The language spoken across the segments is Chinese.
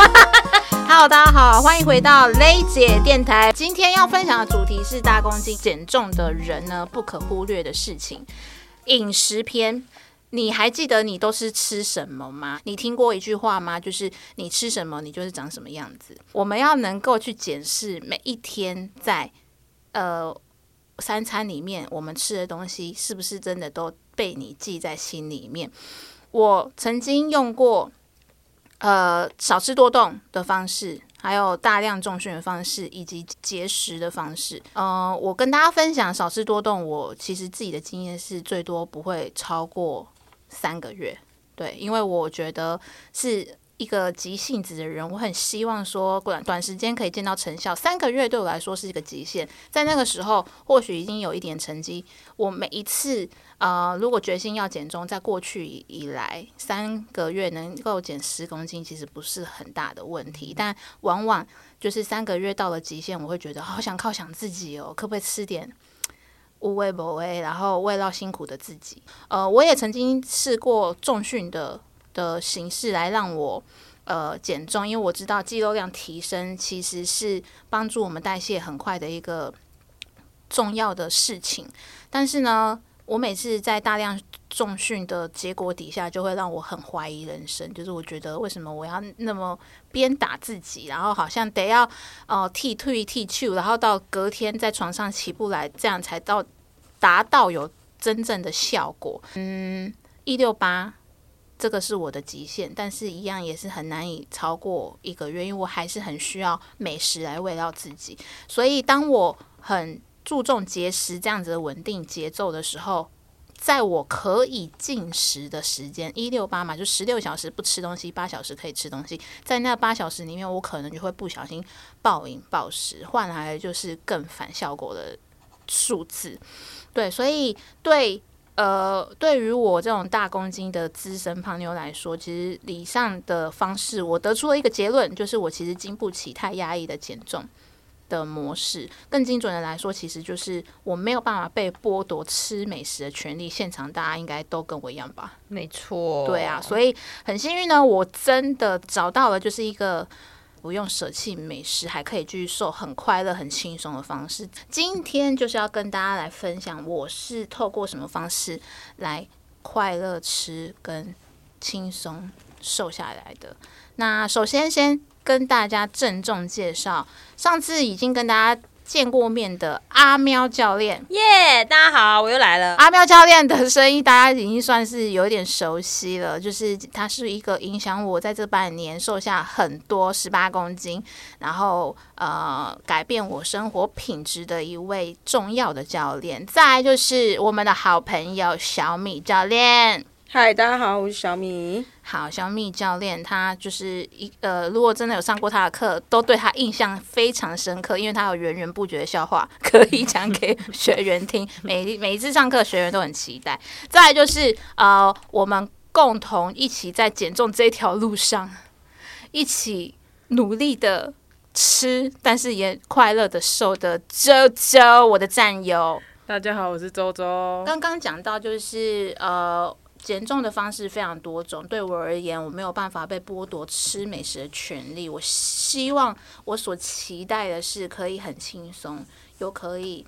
Hello， 大家好，欢迎回到雷姐电台。今天要分享的主题是大公斤减重的人呢不可忽略的事情——饮食篇。你还记得你都是吃什么吗？你听过一句话吗？就是你吃什么，你就是长什么样子。我们要能够去检视每一天在三餐里面我们吃的东西是不是真的都被你记在心里面。我曾经用过少吃多动的方式，还有大量重训的方式，以及节食的方式。我跟大家分享少吃多动，我其实自己的经验是最多不会超过3个月。对，因为我觉得是一个急性子的人，我很希望说短时间可以见到成效。3个月对我来说是一个极限，在那个时候或许已经有一点成绩。我每一次如果决心要减重，在过去以来3个月能够减10公斤，其实不是很大的问题，但往往就是3个月到了极限，我会觉得好想犒赏自己哦，可不可以吃点无为不为，然后为了辛苦的自己。我也曾经试过重训的形式来让我减重，因为我知道肌肉量提升其实是帮助我们代谢很快的一个重要的事情。但是呢，我每次在大量重训的结果底下，就会让我很怀疑人生。就是我觉得为什么我要那么鞭打自己，然后好像得要剃退剃去，然后到隔天在床上起不来，这样才达到有真正的效果。168这个是我的极限，但是一样也是很难以超过1个月，因为我还是很需要美食来慰劳自己。所以当我很注重节食这样子的稳定节奏的时候，在我可以进食的时间168嘛，就16小时不吃东西，8小时可以吃东西，在那8小时里面，我可能就会不小心暴饮暴食，换来的就是更反效果的数字。对，所以对于我这种大公斤的资深胖妞来说，其实以上的方式我得出了一个结论，就是我其实经不起太压抑的减重的模式。更精准的来说，其实就是我没有办法被剥夺吃美食的权利。现场大家应该都跟我一样吧？ 没错， 对啊，所以很幸运呢，我真的找到了就是一个不用舍弃美食，还可以继续瘦，很快乐、很轻松的方式。今天就是要跟大家来分享，我是透过什么方式来快乐吃跟轻松瘦下来的。那首先跟大家郑重介绍，上次已经跟大家见过面的阿喵教练。 耶，大家好，我又来了。 阿喵教练的声音大家已经算是有点熟悉了，就是他是一个影响我在这半年瘦下很多18公斤，然后改变我生活品质的一位重要的教练。再来就是我们的好朋友小米教练。 嗨，大家好，我是小米。 好，小米教练他就是如果真的有上过他的课，都对他印象非常深刻，因为他有源源不绝的笑话可以讲给学员听。每一次上课，学员都很期待。再来就是我们共同一起在减重这条路上，一起努力的吃，但是也快乐的瘦的周周，我的战友。 大家好，我是周周。 刚刚讲到就是减重的方式非常多种，对我而言，我没有办法被剥夺吃美食的权利。我希望我所期待的是可以很轻松，又可以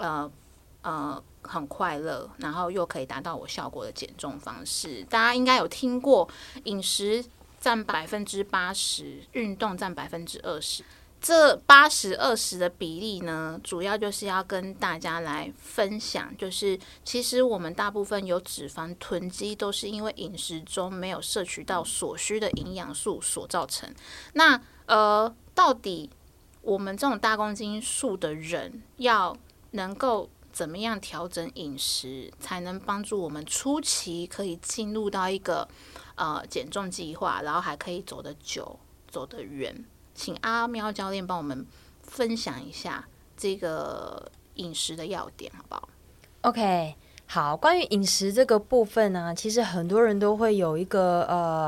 很快乐，然后又可以达到我效果的减重方式。大家应该有听过，饮食占80%，运动占20%。这80-20的比例呢，主要就是要跟大家来分享，就是其实我们大部分有脂肪囤积，都是因为饮食中没有摄取到所需的营养素所造成。那到底我们这种大公斤数的人，要能够怎么样调整饮食，才能帮助我们初期可以进入到一个减重计划，然后还可以走得久、走得远？请阿喵教练帮我们分享一下这个饮食的要点，好不好 ？OK， 好，关于饮食这个部分呢，其实很多人都会有一个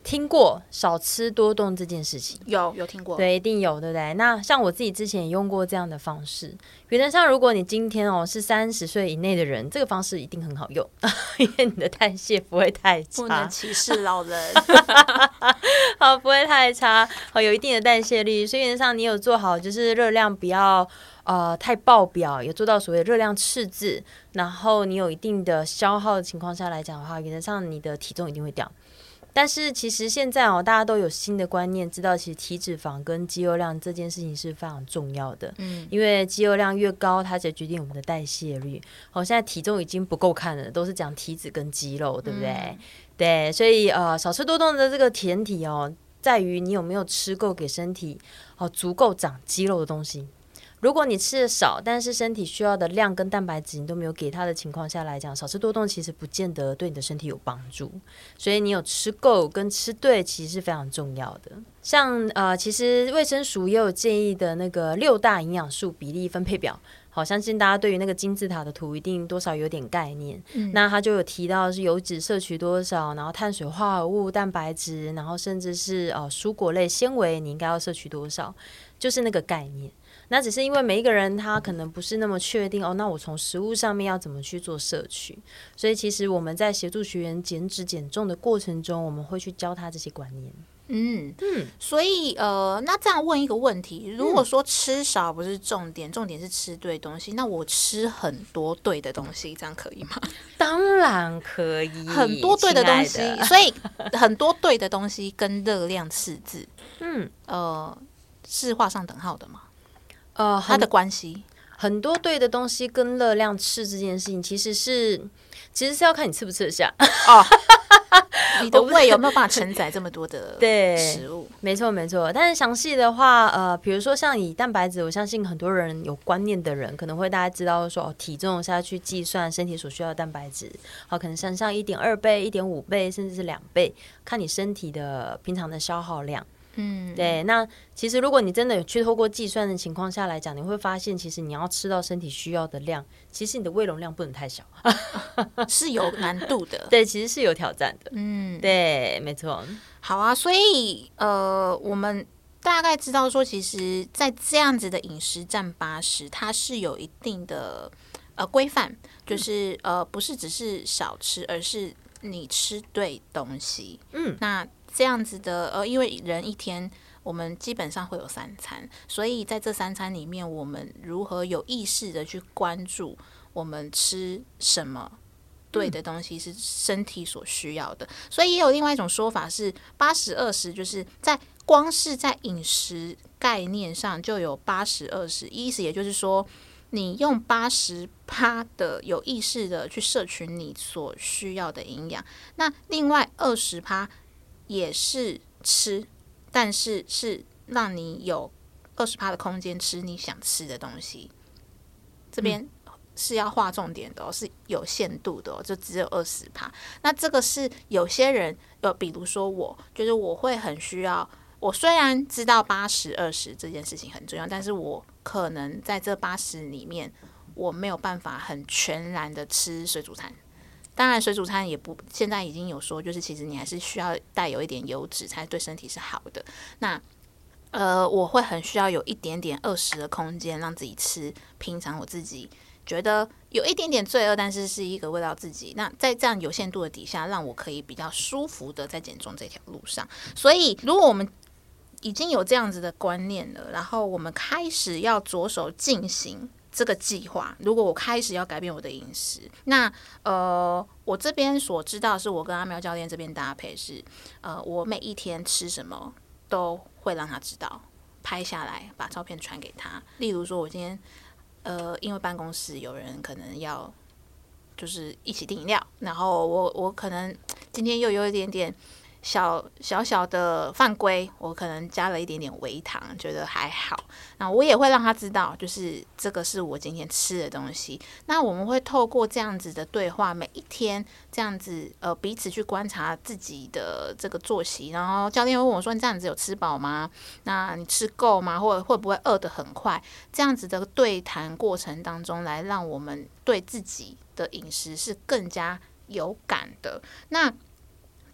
听过少吃多动这件事情？ 有听过， 对，一定有，对不对？那像我自己之前也用过这样的方式。原则上，如果你今天是30岁以内的人，这个方式一定很好用，因为你的代谢不会太差， 不能歧视老人， 好，不会太差，好，有一定的代谢率。所以原则上，你有做好就是热量不要太爆表，有做到所谓热量赤字，然后你有一定的消耗的情况下来讲的话，原则上你的体重一定会掉。但是其实现在大家都有新的观念，知道其实体脂肪跟肌肉量这件事情是非常重要的。因为肌肉量越高，它才决定我们的代谢率。现在体重已经不够看了，都是讲体脂跟肌肉，对不对？对，所以少吃多动的这个前提在于你有没有吃够给身体足够长肌肉的东西。如果你吃的少，但是身体需要的量跟蛋白质你都没有给它的情况下来讲，少吃多动其实不见得对你的身体有帮助。所以你有吃够跟吃对其实是非常重要的。像其实卫生署也有建议的那个6大营养素比例分配表，好，相信大家对于那个金字塔的图一定多少有点概念。那他就有提到是油脂摄取多少，然后碳水化合物、蛋白质，然后甚至是蔬果类纤维你应该要摄取多少，就是那个概念。那只是因为每一个人他可能不是那么确定那我从食物上面要怎么去做摄取，所以其实我们在协助学员减脂减重的过程中，我们会去教他这些观念。 所以那这样问一个问题，如果说吃少不是重点，重点是吃对东西，那我吃很多对的东西，这样可以吗？ 当然可以， 很多对的东西，所以很多对的东西跟热量赤字，是画上等号的吗？它的关系很多对的东西跟热量赤这件事情，其实是要看你吃不吃得下你的胃有没有办法承载这么多的食物？ 没错没错。但是详细的话，比如说像以蛋白质，我相信很多人有观念的人可能会大家知道说，体重下去计算身体所需要的蛋白质，可能像1.2倍、1.5倍，甚至是2倍，看你身体的平常的消耗量。对，那其实如果你真的有去透过计算的情况下来讲，你会发现其实你要吃到身体需要的量，其实你的胃容量不能太小是有难度的。 对，其实是有挑战的。对，没错。 好啊，所以我们大概知道说，其实在这样子的饮食占80%，它是有一定的规范，就是不是只是少吃，而是你吃对东西。那这样子的因为人一天我们基本上会有3餐，所以在这3餐里面，我们如何有意识的去关注我们吃什么对的东西是身体所需要的。所以也有另外一种说法是80-20，就是光是在饮食概念上就有80-20，意思也就是说，你用80%的有意识的去摄取你所需要的营养，那另外20%也是吃，但是是让你有20%的空间吃你想吃的东西。这边是要划重点的是有限度的就只有20%。那这个是有些人比如说就是我会很需要，我虽然知道80-20这件事情很重要，但是我可能在这80里面，我没有办法很全然的吃水煮餐。当然水煮餐也不，现在已经有说，就是其实你还是需要带有一点油脂才对身体是好的。那我会很需要有一点点20%的空间，让自己吃平常我自己觉得有一点点罪恶，但是是一个为了自己。那在这样有限度的底下，让我可以比较舒服的在减重这条路上。所以如果我们已经有这样子的观念了，然后我们开始要着手进行这个计划，如果我开始要改变我的饮食，那我这边所知道是我跟阿喵教练这边搭配是我每一天吃什么都会让他知道，拍下来把照片传给他。例如说我今天因为办公室有人可能要就是一起订饮料，然后我可能今天又有一点点小的犯规，我可能加了一点点微糖，觉得还好。那我也会让他知道，就是这个是我今天吃的东西。那我们会透过这样子的对话，每一天这样子彼此去观察自己的这个作息。然后教练会问我说：“你这样子有吃饱吗？那你吃够吗？或者会不会饿得很快？”这样子的对谈过程当中，来让我们对自己的饮食是更加有感的。那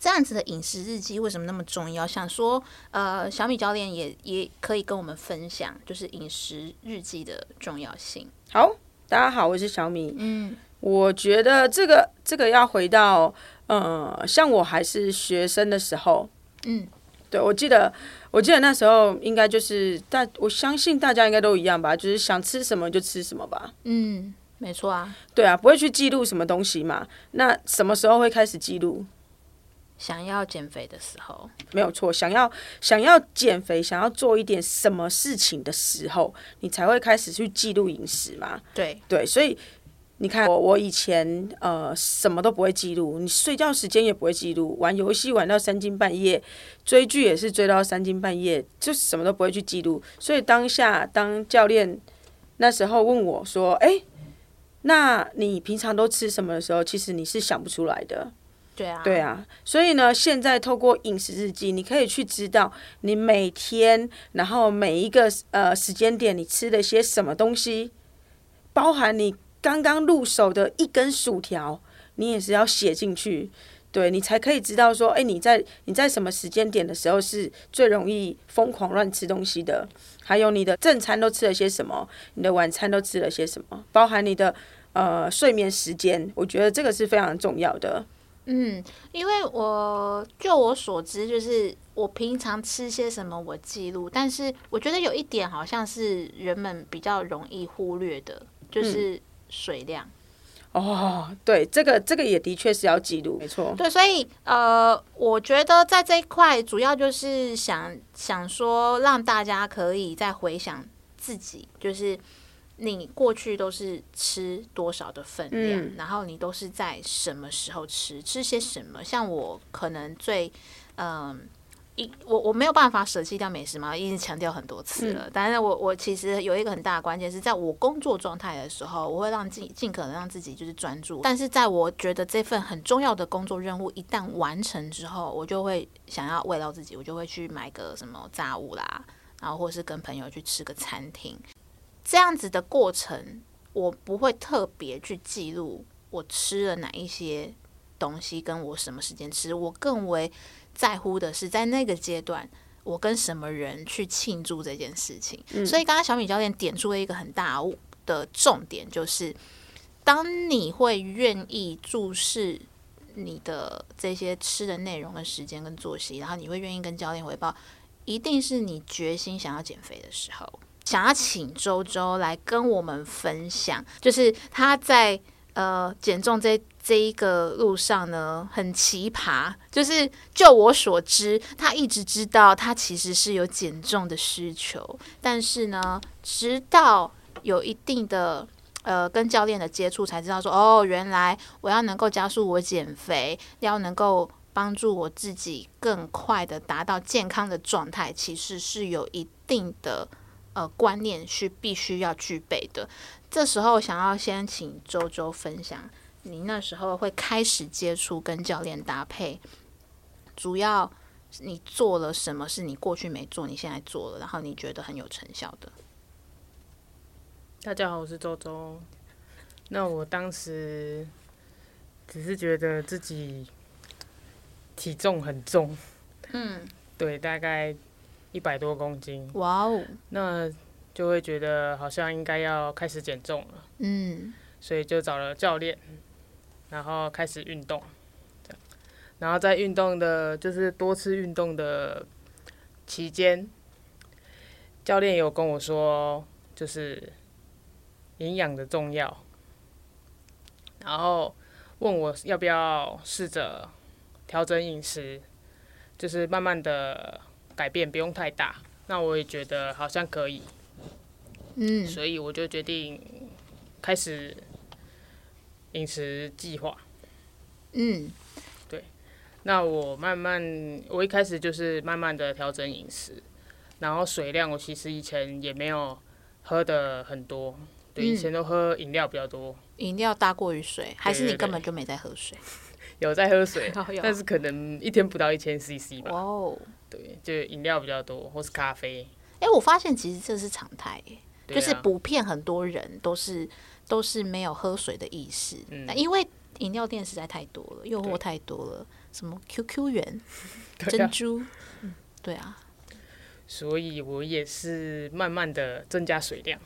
这样子的饮食日记为什么那么重要？想说，小米教练也可以跟我们分享，就是饮食日记的重要性。 好，大家好，我是小米。我觉得这个要回到，像我还是学生的时候，对，我记得那时候应该就是我相信大家应该都一样吧，就是想吃什么就吃什么吧。 没错啊。 对啊，不会去记录什么东西嘛。那什么时候会开始记录？ 想要减肥的时候， 没有错。想要减肥，想要做一点什么事情的时候，你才会开始去记录饮食嘛。 对， 所以你看我以前什么都不会记录，你睡觉时间也不会记录，玩游戏玩到3更半夜，追剧也是追到3更半夜，就什么都不会去记录。所以当教练那时候问我说：“那你平常都吃什么的时候，其实你是想不出来的。”对啊，所以呢，现在透过饮食日记，你可以去知道你每天，然后每一个时间点你吃了些什么东西，包含你刚刚入手的一根薯条，你也是要写进去，对你才可以知道说，你在什么时间点的时候是最容易疯狂乱吃东西的，还有你的正餐都吃了些什么，你的晚餐都吃了些什么，包含你的睡眠时间，我觉得这个是非常重要的。 因为就我所知，就是我平常吃些什么我记录，但是我觉得有一点好像是人们比较容易忽略的，就是水量。 对，这个也的确是要记录，没错。 对，所以我觉得在这一块，主要就是想说，让大家可以再回想自己，就是你过去都是吃多少的分量，然后你都是在什么时候吃些什么。像我可能最我没有办法舍弃掉美食嘛，一直强调很多次了。但是我其实有一个很大的关键是在我工作状态的时候，我会尽可能让自己就是专注。但是在我觉得这份很重要的工作任务一旦完成之后，我就会想要慰劳自己，我就会去买个什么炸物啦，然后或是跟朋友去吃个餐厅。这样子的过程，我不会特别去记录我吃了哪一些东西，跟我什么时间吃。我更为在乎的是，在那个阶段，我跟什么人去庆祝这件事情。所以，刚刚小米教练点出了一个很大的重点，就是当你会愿意注视你的这些吃的内容跟时间跟作息，然后你会愿意跟教练汇报，一定是你决心想要减肥的时候。想要请周周来跟我们分享，就是他在减重这一个路上呢，很奇葩。就是就我所知，他一直知道他其实是有减重的需求，但是呢，直到有一定的跟教练的接触，才知道说，原来我要能够加速我减肥，要能够帮助我自己更快的达到健康的状态，其实是有一定的观念是必须要具备的。这时候想要先请周周分享，你那时候会开始接触跟教练搭配，主要你做了什么是你过去没做，你现在做了，然后你觉得很有成效的。 大家好，我是周周。那我当时只是觉得自己体重很重，对，大概100多公斤。 哇哦！ 那就会觉得好像应该要开始减重了。所以就找了教练，然后开始运动，这样。然后在运动的，就是多次运动的期间，教练有跟我说，就是营养的重要，然后问我要不要试着调整饮食，就是慢慢的改变，不用太大。那我也觉得好像可以，所以我就决定开始饮食计划。对。那我一开始就是慢慢的调整饮食，然后水量我其实以前也没有喝的很多，对，以前都喝饮料比较多。 饮料大过于水，还是你根本就没在喝水？ 有在喝水，但是可能一天不到1000 CC 吧。 哦， 对，就饮料比较多，或是咖啡。 我发现其实这是常态，就是普遍很多人都是没有喝水的意识。因饮料店实在太多了，诱惑太多了，什么 QQ 园、珍珠，对啊， 所以我也是慢慢的增加水量。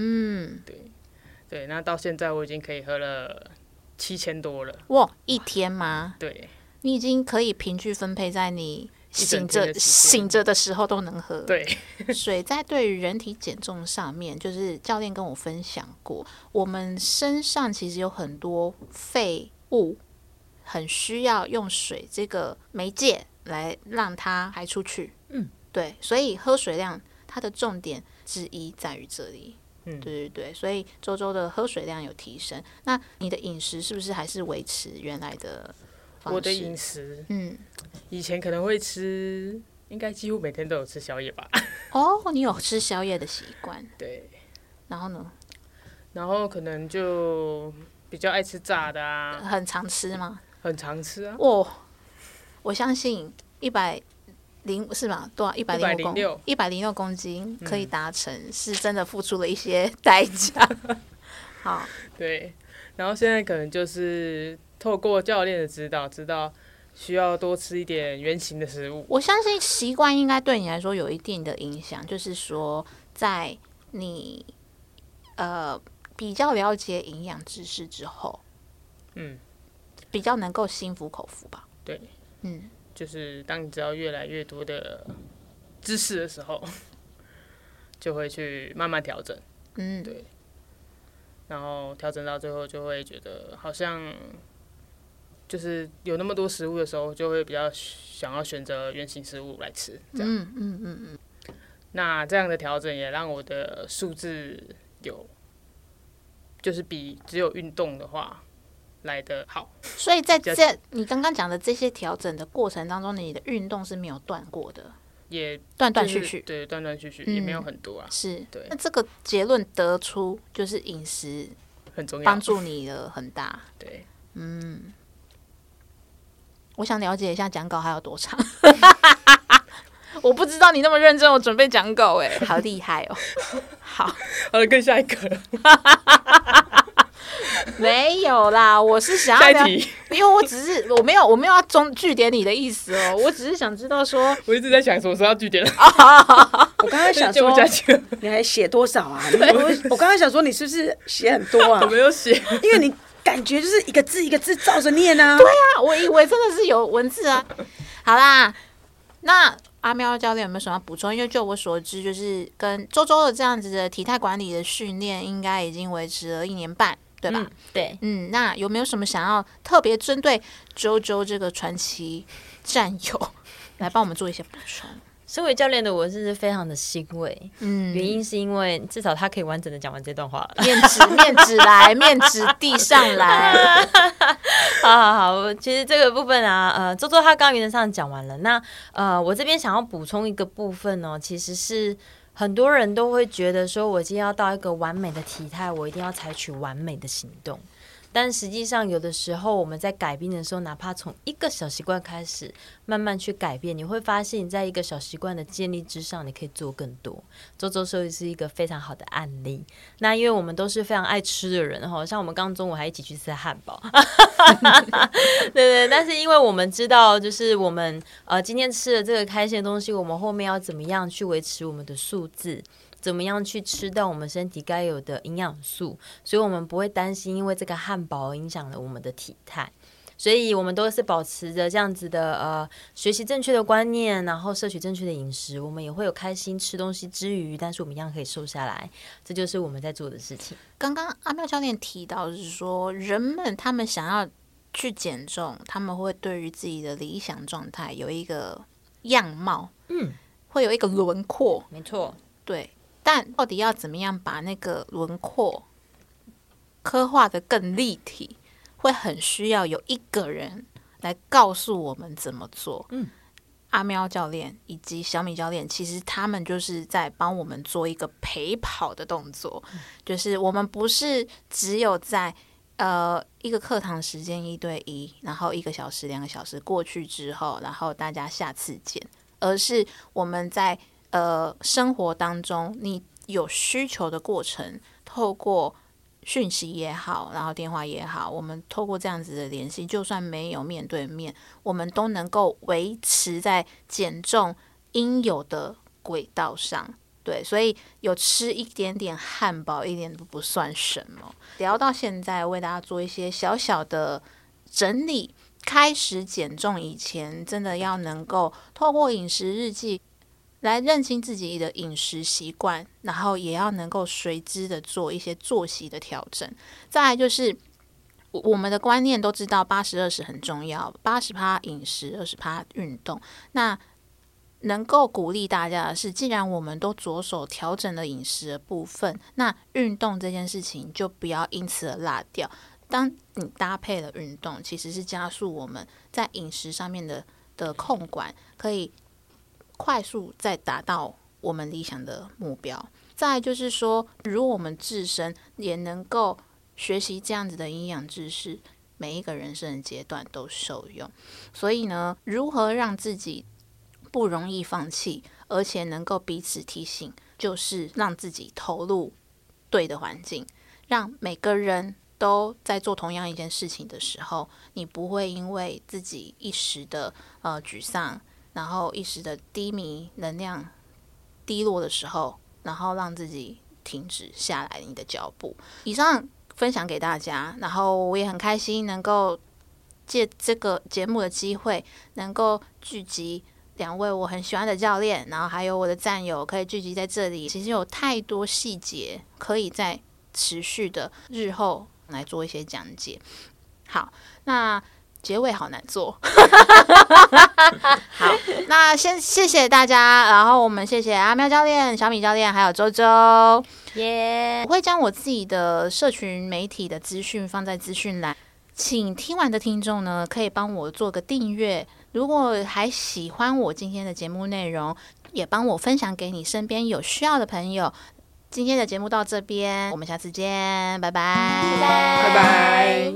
对，那到现在我已经可以喝了7000多了。 哇，一天吗？ 对， 你已经可以平均分配在你醒着的时候都能喝。 对， 水在对于人体减重上面，就是教练跟我分享过，我们身上其实有很多废物，很需要用水这个媒介来让它排出去。对，所以喝水量它的重点之一在于这里。对，所以周周的喝水量有提升。那你的饮食是不是还是维持原来的方式？ 我的饮食，以前可能会吃，应该几乎每天都有吃宵夜吧。 哦，你有吃宵夜的习惯。 对。 然后呢？ 然后可能就比较爱吃炸的啊。 很常吃吗？ 很常吃啊。 我相信106是吗？多少？106公斤可以达成，是真的付出了一些代价。好， 对。然后现在可能就是透过教练的指导，知道需要多吃一点原型的食物。 我相信习惯应该对你来说有一定的影响，就是说，在你比较了解营养知识之后，比较能够心服口服吧。 对，就是当你知道越来越多的知识的时候，就会去慢慢调整。对。然后调整到最后，就会觉得好像就是有那么多食物的时候，就会比较想要选择原型食物来吃。这样。那这样的调整也让我的数字就是比只有运动的话来得好。 所以在你刚刚讲的这些调整的过程当中，你的运动是没有断过的， 也断断续续， 对，断断续续，也没有很多啊。 是， 对。 那这个结论得出，就是饮食很重要， 帮助你的很大。 对， 我想了解一下讲稿还有多长。我不知道你那么认真，我准备讲稿好厉害哦。好了，跟下一个了。 没有啦，我是想要下一题， 因为我没有要据点你的意思哦，我只是想知道说， 我一直在想什么时候要据点。 我刚才想说，你还写多少啊？我刚才想说，你是不是写很多啊？ 我没有写， 因为你感觉就是一个字一个字照着念啊。 对啊，我以为真的是有文字啊。好啦，那阿喵教练有没有什么要补充？因为就我所知，就是跟周周的这样子的体态管理的训练，应该已经维持了1年半，对吧？ 对， 那有没有什么想要特别针对周周这个传奇战友来帮我们做一些补充？ 身为教练的我是非常的欣慰，原因是因为至少他可以完整的讲完这段话了。 面纸来，面纸递上来。 好，其实这个部分啊，周周他刚原则上讲完了。那我这边想要补充一个部分哦，其实是很多人都会觉得说，我今天要到一个完美的体态，我一定要采取完美的行动。但实际上，有的时候我们在改变的时候，哪怕从一个小习惯开始，慢慢去改变，你会发现，你在一个小习惯的建立之上，你可以做更多。周周说是一个非常好的案例。那因为我们都是非常爱吃的人哈，像我们刚中午还一起去吃汉堡，对。但是因为我们知道，就是我们今天吃了这个开心的东西，我们后面要怎么样去维持我们的数字？怎么样去吃到我们身体该有的营养素，所以我们不会担心因为这个汉堡而影响了我们的体态，所以我们都是保持着这样子的学习正确的观念，然后摄取正确的饮食，我们也会有开心吃东西之余，但是我们一样可以瘦下来，这就是我们在做的事情。 刚刚阿喵教练提到是说，人们他们想要去减重，他们会对于自己的理想状态有一个样貌，会有一个轮廓， 没错， 对。但到底要怎么样把那个轮廓刻画得更立体，会很需要有一个人来告诉我们怎么做。阿喵教练以及小米教练，其实他们就是在帮我们做一个陪跑的动作，就是我们不是只有在一个课堂时间1对1，然后1个小时2个小时过去之后，然后大家下次见，而是我们在生活当中，你有需求的过程，透过讯息也好，然后电话也好，我们透过这样子的联系，就算没有面对面，我们都能够维持在减重应有的轨道上。对，所以有吃一点点汉堡一点都不算什么。聊到现在，为大家做一些小小的整理。开始减重以前，真的要能够透过饮食日记来认清自己的饮食习惯，然后也要能够随之的做一些作息的调整。再来就是我们的观念都知道80-20很重要，80%饮食，20%运动。那能够鼓励大家的是，既然我们都着手调整了饮食的部分，那运动这件事情就不要因此而落掉。当你搭配了运动，其实是加速我们在饮食上面的控管，可以快速再达到我们理想的目标。再来就是说，如果我们自身也能够学习这样子的营养知识，每一个人生的阶段都受用。所以呢，如何让自己不容易放弃，而且能够彼此提醒，就是让自己投入对的环境，让每个人都在做同样一件事情的时候，你不会因为自己一时的沮丧，然后一时的低迷，能量低落的时候，然后让自己停止下来你的脚步。以上分享给大家，然后我也很开心能够借这个节目的机会，能够聚集2位我很喜欢的教练，然后还有我的战友可以聚集在这里。其实有太多细节可以在持续的日后来做一些讲解。好，那结尾好难做。好，那先谢谢大家，然后我们谢谢阿喵教练、小米教练还有周周。我会将我自己的社群媒体的资讯放在资讯栏，请听完的听众呢可以帮我做个订阅。如果还喜欢我今天的节目内容，也帮我分享给你身边有需要的朋友。今天的节目到这边，我们下次见，拜拜， 拜拜。